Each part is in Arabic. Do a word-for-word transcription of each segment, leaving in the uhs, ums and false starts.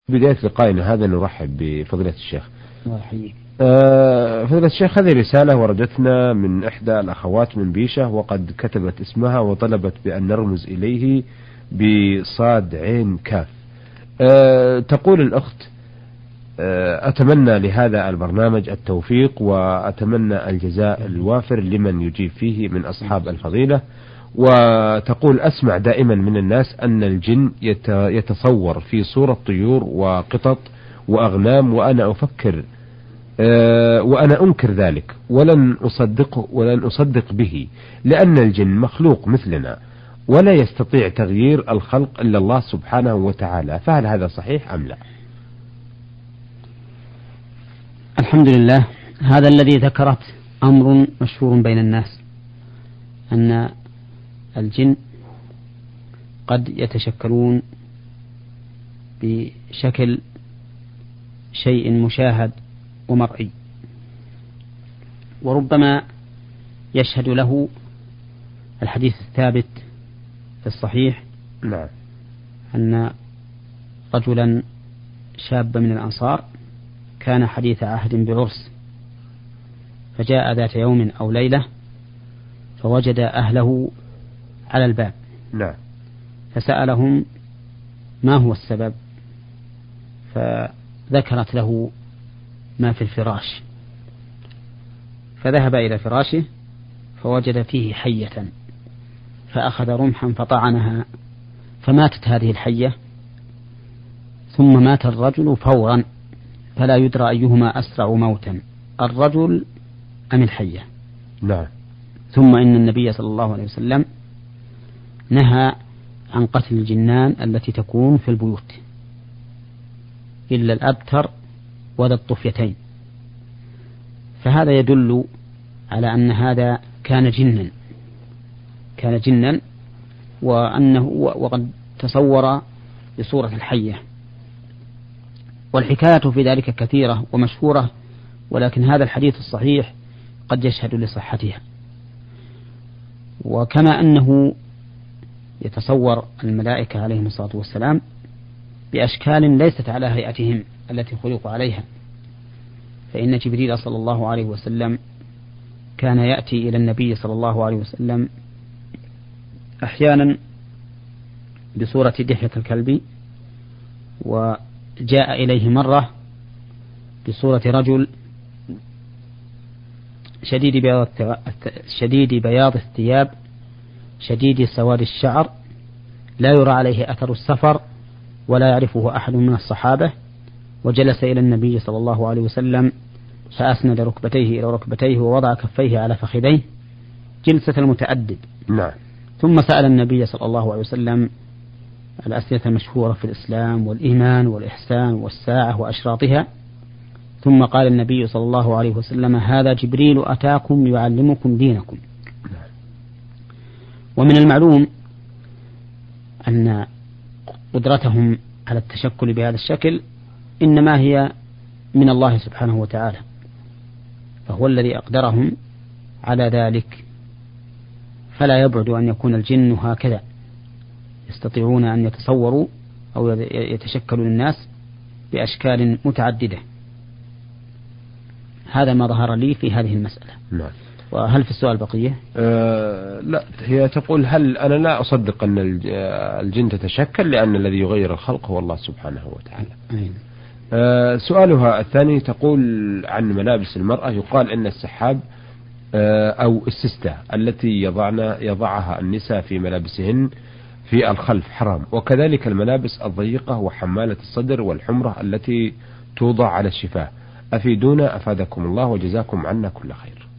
بداية لقائنا هذا نرحب بفضيلة الشيخ. الله يحييك. آه فضيلة الشيخ، هذه رسالة وردتنا من إحدى الأخوات من بيشة، وقد كتبت اسمها وطلبت بأن نرمز إليه بصاد عين كاف. آه تقول الأخت: آه أتمنى لهذا البرنامج التوفيق، وأتمنى الجزاء الوافر لمن يجيب فيه من أصحاب الفضيلة. وتقول: أسمع دائما من الناس أن الجن يتصور في صورة طيور وقطط وأغنام، وأنا أفكر أه وأنا أنكر ذلك، ولن أصدقه ولن أصدق به، لأن الجن مخلوق مثلنا ولا يستطيع تغيير الخلق إلا الله سبحانه وتعالى، فهل هذا صحيح أم لا؟ الحمد لله. هذا الذي ذكرت أمر مشهور بين الناس، أن الجن قد يتشكلون بشكل شيء مشاهد ومرئي، وربما يشهد له الحديث الثابت في الصحيح نعم. أن رجلا شاب من الأنصار كان حديث عهد بعرس، فجاء ذات يوم أو ليلة فوجد أهله على الباب. نعم. فسألهم ما هو السبب، فذكرت له ما في الفراش، فذهب إلى فراشه فوجد فيه حية، فأخذ رمحا فطعنها فماتت هذه الحية، ثم مات الرجل فورا، فلا يدرى أيهما أسرع موتا، الرجل أم الحية. نعم. ثم إن النبي صلى الله عليه وسلم نهى عن قتل الجنان التي تكون في البيوت إلا الأبتر وذا الطفيتين، فهذا يدل على أن هذا كان جنا كان جنا وأنه وقد تصور بصورة الحية. والحكاية في ذلك كثيرة ومشهورة، ولكن هذا الحديث الصحيح قد يشهد لصحتها. وكما أنه يتصور الملائكة عليهم الصلاة والسلام بأشكال ليست على هيئتهم التي خلقوا عليها، فإن جبريل صلى الله عليه وسلم كان يأتي إلى النبي صلى الله عليه وسلم أحيانا بصورة دحية الكلب، وجاء إليه مرة بصورة رجل شديد بياض شديد بياض الثياب شديد سواد الشعر، لا يرى عليه أثر السفر ولا يعرفه أحد من الصحابة، وجلس إلى النبي صلى الله عليه وسلم فأسند ركبتيه إلى ركبتيه ووضع كفيه على فخذيه جلسة المتأدب. نعم. ثم سأل النبي صلى الله عليه وسلم الأسئلة المشهورة في الإسلام والإيمان والإحسان والساعة وأشراطها، ثم قال النبي صلى الله عليه وسلم: هذا جبريل أتاكم يعلمكم دينكم. ومن المعلوم أن قدرتهم على التشكل بهذا الشكل إنما هي من الله سبحانه وتعالى، فهو الذي أقدرهم على ذلك، فلا يبعد أن يكون الجن هكذا، يستطيعون أن يتصوروا أو يتشكلوا للناس بأشكال متعددة. هذا ما ظهر لي في هذه المسألة. نعم. وهل في السؤال بقية؟ أه لا، هي تقول: هل أنا لا أصدق أن الجن تتشكل، لأن الذي يغير الخلق هو الله سبحانه وتعالى. أين. أه سؤالها الثاني تقول عن ملابس المرأة: يقال إن السحاب أه أو السستة التي يضعن يضعها النساء في ملابسهن في الخلف حرام، وكذلك الملابس الضيقة وحمالة الصدر والحمرة التي توضع على الشفاه، أفيدونا أفادكم الله وجزاكم عنا كل خير.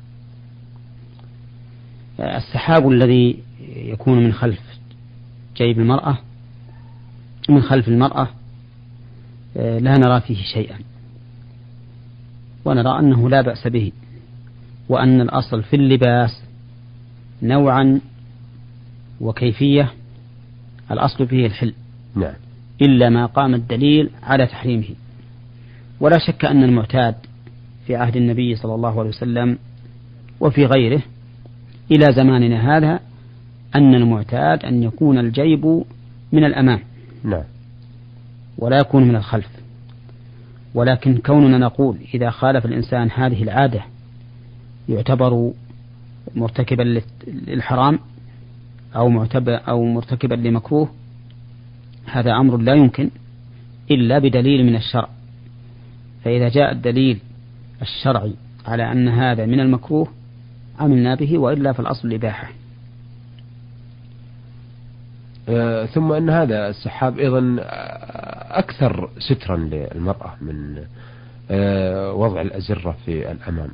السحاب الذي يكون من خلف جيب المرأة من خلف المرأة لا نرى فيه شيئا، ونرى أنه لا بأس به، وأن الأصل في اللباس نوعا وكيفية الأصل فيه الحل. نعم. إلا ما قام الدليل على تحريمه. ولا شك أن المعتاد في عهد النبي صلى الله عليه وسلم وفي غيره إلى زماننا هذا أن المعتاد أن يكون الجيب من الأمام. نعم. ولا يكون من الخلف. ولكن كوننا نقول إذا خالف الإنسان هذه العادة يعتبر مرتكبا للحرام أو أو مرتكبا لمكروه، هذا أمر لا يمكن إلا بدليل من الشرع. فإذا جاء الدليل الشرعي على أن هذا من المكروه عملنا به، وإلا فالأصل الإباحة. آه ثم أن هذا السحاب أيضا أكثر سترا للمرأة من آه وضع الأزرة في الأمام.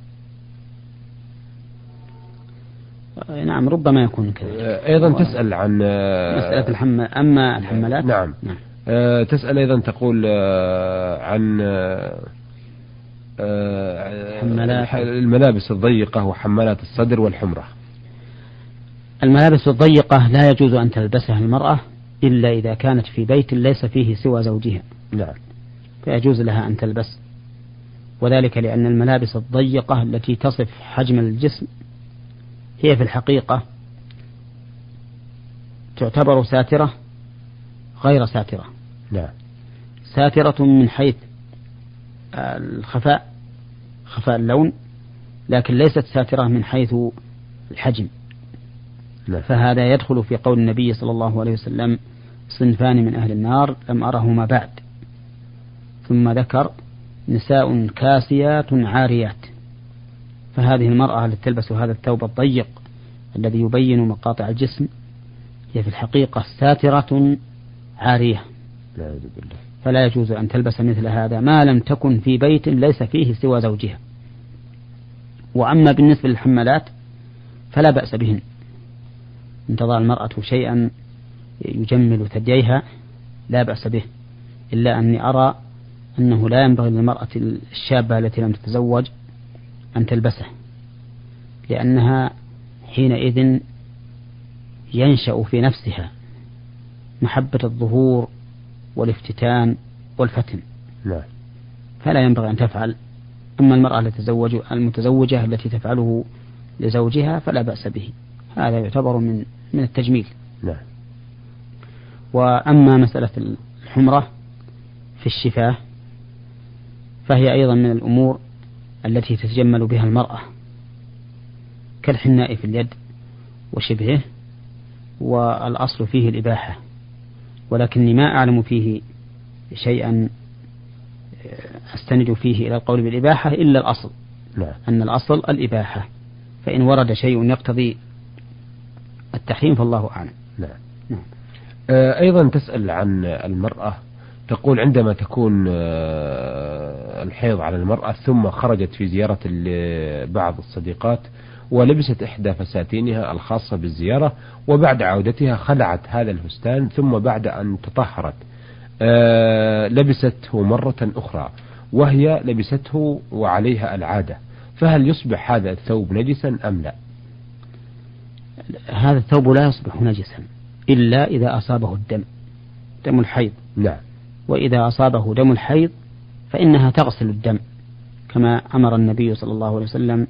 نعم ربما يكون كذلك. أيضا تسأل عن مسألة الحم... أما الحمالات. نعم, نعم. أه تسأل أيضا تقول أه عن أه الملابس الضيقة وحمالات الصدر والحمرة. الملابس الضيقة لا يجوز أن تلبسها المرأة إلا إذا كانت في بيت ليس فيه سوى زوجها. نعم. فيجوز لها أن تلبس، وذلك لأن الملابس الضيقة التي تصف حجم الجسم هي في الحقيقة تعتبر ساترة غير ساترة. نعم. ساترة من حيث الخفاء، خفاء اللون، لكن ليست ساترة من حيث الحجم. نعم. فهذا يدخل في قول النبي صلى الله عليه وسلم: صنفان من أهل النار لم أرهما بعد. ثم ذكر: نساء كاسيات عاريات. فهذه المرأة التي تلبس هذا الثوب الضيق الذي يبين مقاطع الجسم هي في الحقيقة ساترة عارية، فلا يجوز أن تلبس مثل هذا ما لم تكن في بيت ليس فيه سوى زوجها. وأما بالنسبة للحمالات فلا بأس بهن، إن تضع المرأة شيئا يجمل ثدييها لا بأس به، إلا أني أرى أنه لا ينبغي للمرأة الشابة التي لم تتزوج أن تلبسه، لأنها حينئذ ينشأ في نفسها محبة الظهور والافتتان والفتن. لا. فلا ينبغي أن تفعل. أما المرأة المتزوجة التي تفعله لزوجها فلا بأس به، هذا يعتبر من من التجميل. لا. وأما مسألة الحمرة في الشفاه فهي أيضا من الأمور التي تتجمل بها المرأة كالحناء في اليد وشبهه، والأصل فيه الإباحة، ولكني ما أعلم فيه شيئا أستند فيه إلى القول بالإباحة إلا الأصل. لا. أن الأصل الإباحة، فإن ورد شيء يقتضي التحريم فالله أعلم. لا. نعم. أيضا تسأل عن المرأة، تقول عندما تكون الحيض على المرأة ثم خرجت في زيارة بعض الصديقات ولبست إحدى فساتينها الخاصة بالزيارة، وبعد عودتها خلعت هذا الفستان، ثم بعد أن تطهرت لبسته مرة أخرى وهي لبسته وعليها العادة، فهل يصبح هذا الثوب نجسا أم لا؟ هذا الثوب لا يصبح نجسا إلا إذا أصابه الدم، دم الحيض. نعم. وإذا أصابه دم الحيض فإنها تغسل الدم كما أمر النبي صلى الله عليه وسلم،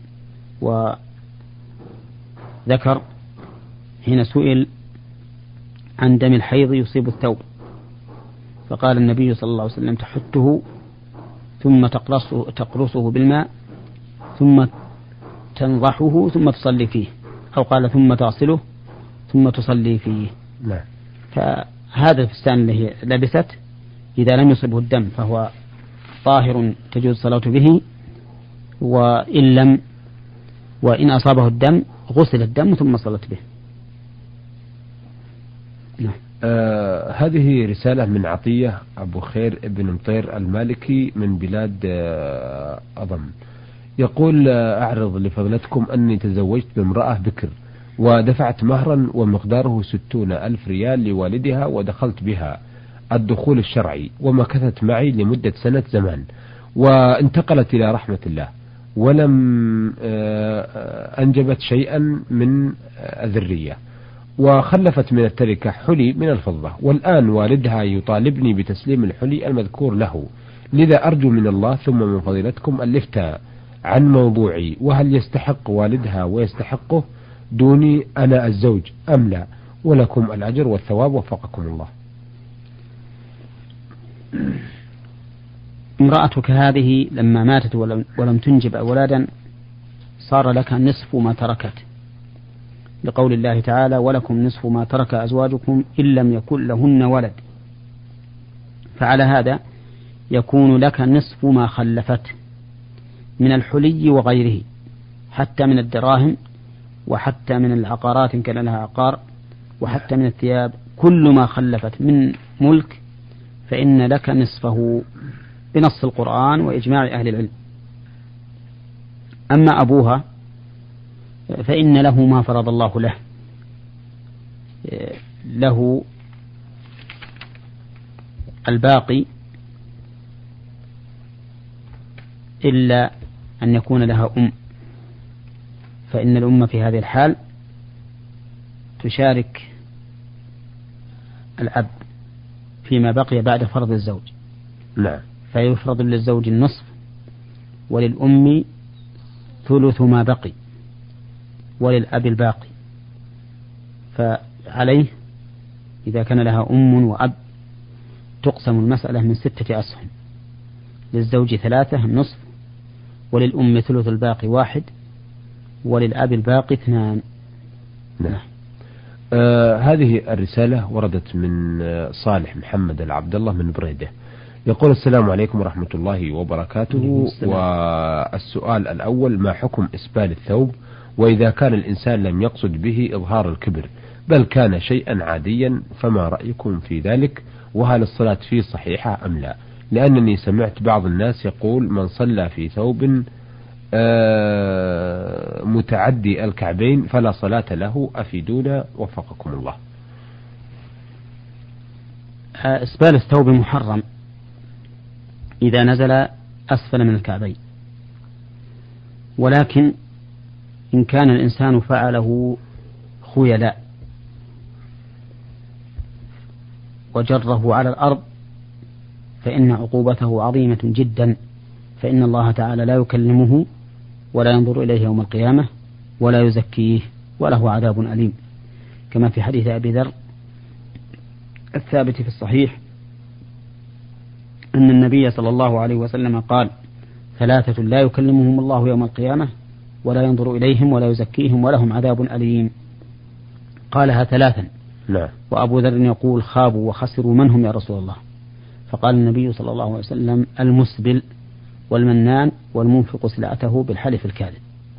وذكر حين سئل عن دم الحيض يصيب الثوب فقال النبي صلى الله عليه وسلم: تحته ثم تقرصه, تقرصه بالماء ثم تنضحه ثم تصلي فيه، أو قال ثم تغسله ثم تصلي فيه. لا. فهذا الفستان الذي لبست إذا لم يصبه الدم فهو طاهر تجوز الصلاة به، وإن لم وإن أصابه الدم غسل الدم ثم صلت به. نعم. آه هذه رسالة من عطية أبو خير ابن مطير المالكي من بلاد آه أضم، يقول: آه أعرض لفضلتكم أني تزوجت بامرأة بكر ودفعت مهرا ومقداره ستون ألف ريال لوالدها، ودخلت بها الدخول الشرعي ومكثت معي لمدة سنة زمان، وانتقلت إلى رحمة الله، ولم أنجبت شيئا من الذرية، وخلفت من التركة حلي من الفضة، والآن والدها يطالبني بتسليم الحلي المذكور له، لذا أرجو من الله ثم من فضيلتكم الإفتاء عن موضوعي، وهل يستحق والدها ويستحقه دوني أنا الزوج أم لا؟ ولكم الأجر والثواب وفقكم الله. وامرأتك هذه لما ماتت ولم, ولم تنجب أولادا صار لك نصف ما تركت، لقول الله تعالى ولكم نصف ما ترك أزواجكم إن لم يكن لهن ولد. فعلى هذا يكون لك نصف ما خلفت من الحلي وغيره، حتى من الدراهم وحتى من العقارات إن كان لها عقار، وحتى من الثياب، كل ما خلفت من ملك فإن لك نصفه بنص القرآن وإجماع أهل العلم. أما أبوها فإن له ما فرض الله له، له الباقي إلا أن يكون لها أم، فإن الأم في هذه الحال تشارك الأب فيما بقي بعد فرض الزوج. لا. فيفرض للزوج النصف وللأم ثلث ما بقي وللأب الباقي. فعليه إذا كان لها أم وأب تقسم المسألة من ستة أسهم، للزوج ثلاثة النصف، وللأم ثلث الباقي واحد، وللأب الباقي اثنان. نعم. آه هذه الرسالة وردت من صالح محمد العبد الله من بريدة، يقول السلام عليكم ورحمة الله وبركاته، والسؤال الأول: ما حكم إسبال الثوب؟ وإذا كان الإنسان لم يقصد به إظهار الكبر بل كان شيئا عاديا فما رأيكم في ذلك؟ وهل الصلاة فيه صحيحة أم لا؟ لأنني سمعت بعض الناس يقول من صلى في ثوب آه متعدي الكعبين فلا صلاة له، أفيدونا وفقكم الله. إسبال الثوب محرم إذا نزل أسفل من الكعبين، ولكن إن كان الإنسان فعله خيلاء وجره على الأرض فإن عقوبته عظيمة جدا، فإن الله تعالى لا يكلمه ولا ينظر إليه يوم القيامة ولا يزكيه وله عذاب أليم، كما في حديث أبي ذر الثابت في الصحيح أن النبي صلى الله عليه وسلم قال: ثلاثة لا يكلمهم الله يوم القيامة ولا ينظر إليهم ولا يزكيهم ولهم عذاب أليم. قالها ثلاثا. لا. وأبو ذر يقول: خابوا وخسروا من هم يا رسول الله؟ فقال النبي صلى الله عليه وسلم: المسبل والمنان والمنفق سلعته بالحلف الكاذب.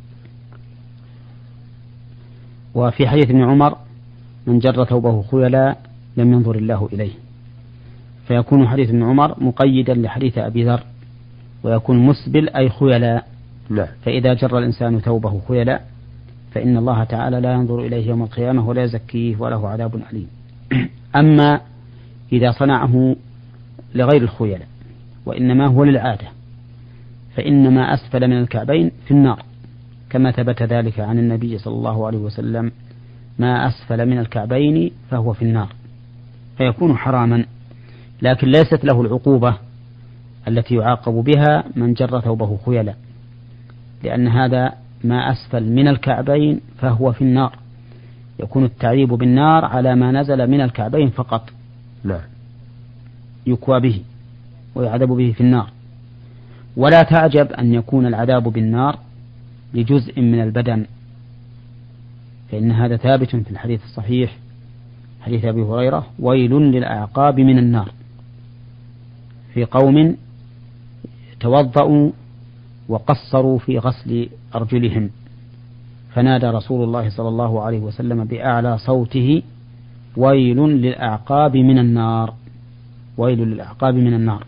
وفي حديث ابن عمر: من جر ثوبه خيلا لم ينظر الله إليه. فيكون حديث ابن عمر مقيدا لحديث أبي ذر، ويكون مسبل أي خيلا. لا. فإذا جر الإنسان ثوبه خيلا فإن الله تعالى لا ينظر إليه يوم القيامة ولا يزكيه وله عذاب أليم. أما إذا صنعه لغير الخيلاء وإنما هو للعادة فإنما أسفل من الكعبين في النار، كما ثبت ذلك عن النبي صلى الله عليه وسلم: ما أسفل من الكعبين فهو في النار، فيكون حراما، لكن ليست له العقوبة التي يعاقب بها من جر ثوبه خيلا، لأن هذا ما أسفل من الكعبين فهو في النار، يكون التعذيب بالنار على ما نزل من الكعبين فقط. لا. يكوى به ويعذب به في النار. ولا تعجب أن يكون العذاب بالنار لجزء من البدن، فإن هذا ثابت في الحديث الصحيح حديث أبي هريرة: ويل للأعقاب من النار، في قوم توضأوا وقصروا في غسل أرجلهم فنادى رسول الله صلى الله عليه وسلم بأعلى صوته: ويل للأعقاب من النار، ويل للأعقاب من النار.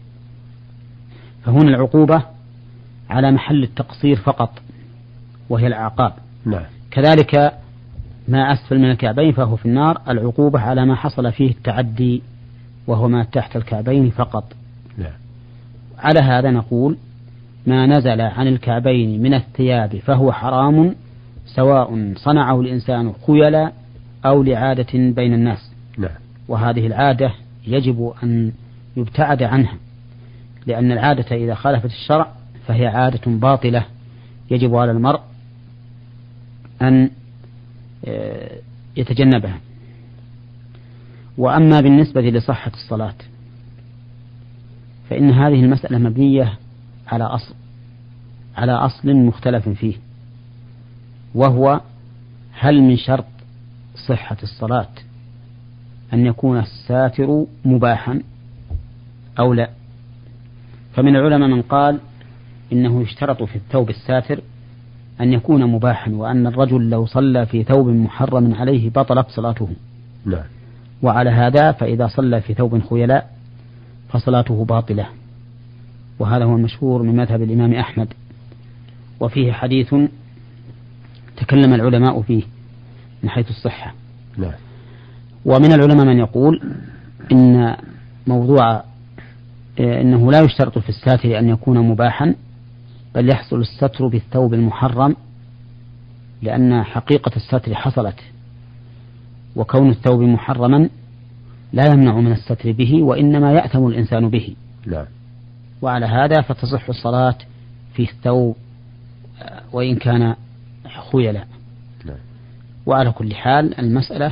فهنا العقوبة على محل التقصير فقط وهي الأعقاب. نعم. كذلك ما أسفل من الكعبين فهو في النار، العقوبة على ما حصل فيه التعدي وهو ما تحت الكعبين فقط. نعم. على هذا نقول: ما نزل عن الكعبين من الثياب فهو حرام، سواء صنعه الإنسان خيلا أو لعادة بين الناس. نعم. وهذه العادة يجب أن يبتعد عنها، لأن العادة إذا خالفت الشرع فهي عادة باطلة يجب على المرء أن يتجنبها. وأما بالنسبة لصحة الصلاة فإن هذه المسألة مبنية على أصل على أصل مختلف فيه، وهو هل من شرط صحة الصلاة أن يكون الساتر مباحا أو لا؟ فمن العلماء من قال إنه يشترط في الثوب الساتر أن يكون مباحا، وأن الرجل لو صلى في ثوب محرم عليه بطلت صلاته. لا. وعلى هذا فإذا صلى في ثوب خيلاء فصلاته باطلة، وهذا هو المشهور من مذهب الإمام أحمد، وفيه حديث تكلم العلماء فيه من حيث الصحة. لا. ومن العلماء من يقول إن موضوع إنه لا يشترط في الساتر أن يكون مباحا، بل يحصل الستر بالثوب المحرم، لأن حقيقة الستر حصلت، وكون الثوب محرما لا يمنع من الستر به، وإنما يأثم الإنسان به. لا. وعلى هذا فتصح الصلاة في الثوب وإن كان خيلا. لا. وعلى كل حال المسألة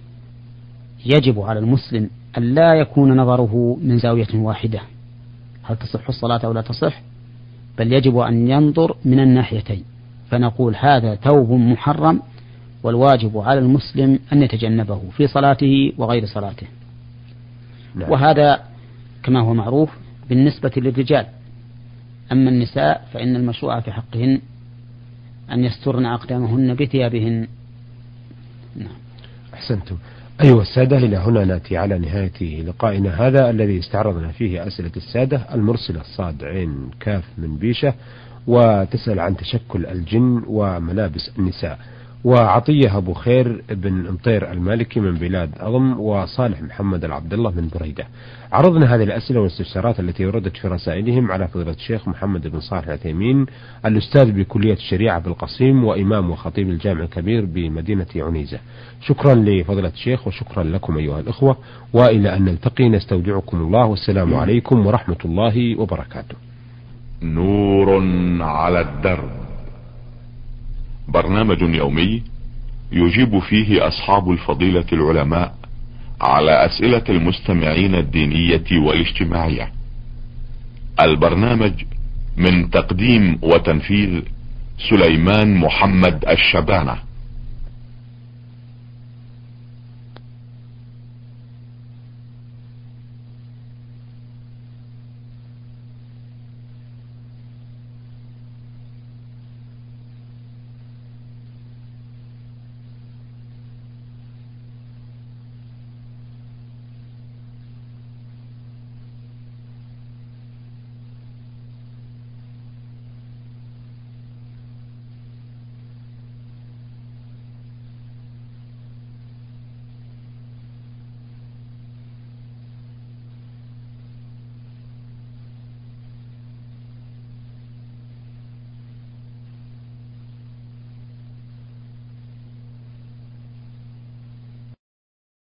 يجب على المسلم أن لا يكون نظره من زاوية واحدة، هل تصح الصلاة أو لا تصح، بل يجب أن ينظر من الناحيتين، فنقول هذا ثوب محرم، والواجب على المسلم أن يتجنبه في صلاته وغير صلاته. نعم. وهذا كما هو معروف بالنسبة للرجال. أما النساء فإن المشروع في حقهن أن يسترن أقدامهن بثيابهن. نعم. أحسنتم. أيها السادة، إلى هنا نأتي على نهاية لقائنا هذا الذي استعرضنا فيه أسئلة السادة. المرسلة صاد عين كاف من بيشة، وتسأل عن تشكل الجن وملابس النساء، وعطية أبو خير بن مطير المالكي من بلاد أضم، وصالح محمد العبد الله من بريدة. عرضنا هذه الأسئلة والاستفسارات التي وردت في رسائلهم على فضيلة الشيخ محمد بن صالح العثيمين، الأستاذ بكلية الشريعة بالقصيم، وإمام وخطيب الجامع الكبير بمدينة عنيزة. شكرا لفضيلة الشيخ وشكرا لكم أيها الأخوة، وإلى أن نلتقي نستودعكم الله، والسلام عليكم ورحمة الله وبركاته. نور على الدرب، برنامج يومي يجيب فيه أصحاب الفضيلة العلماء على أسئلة المستمعين الدينية والاجتماعية. البرنامج من تقديم وتنفيذ سليمان محمد الشبانة.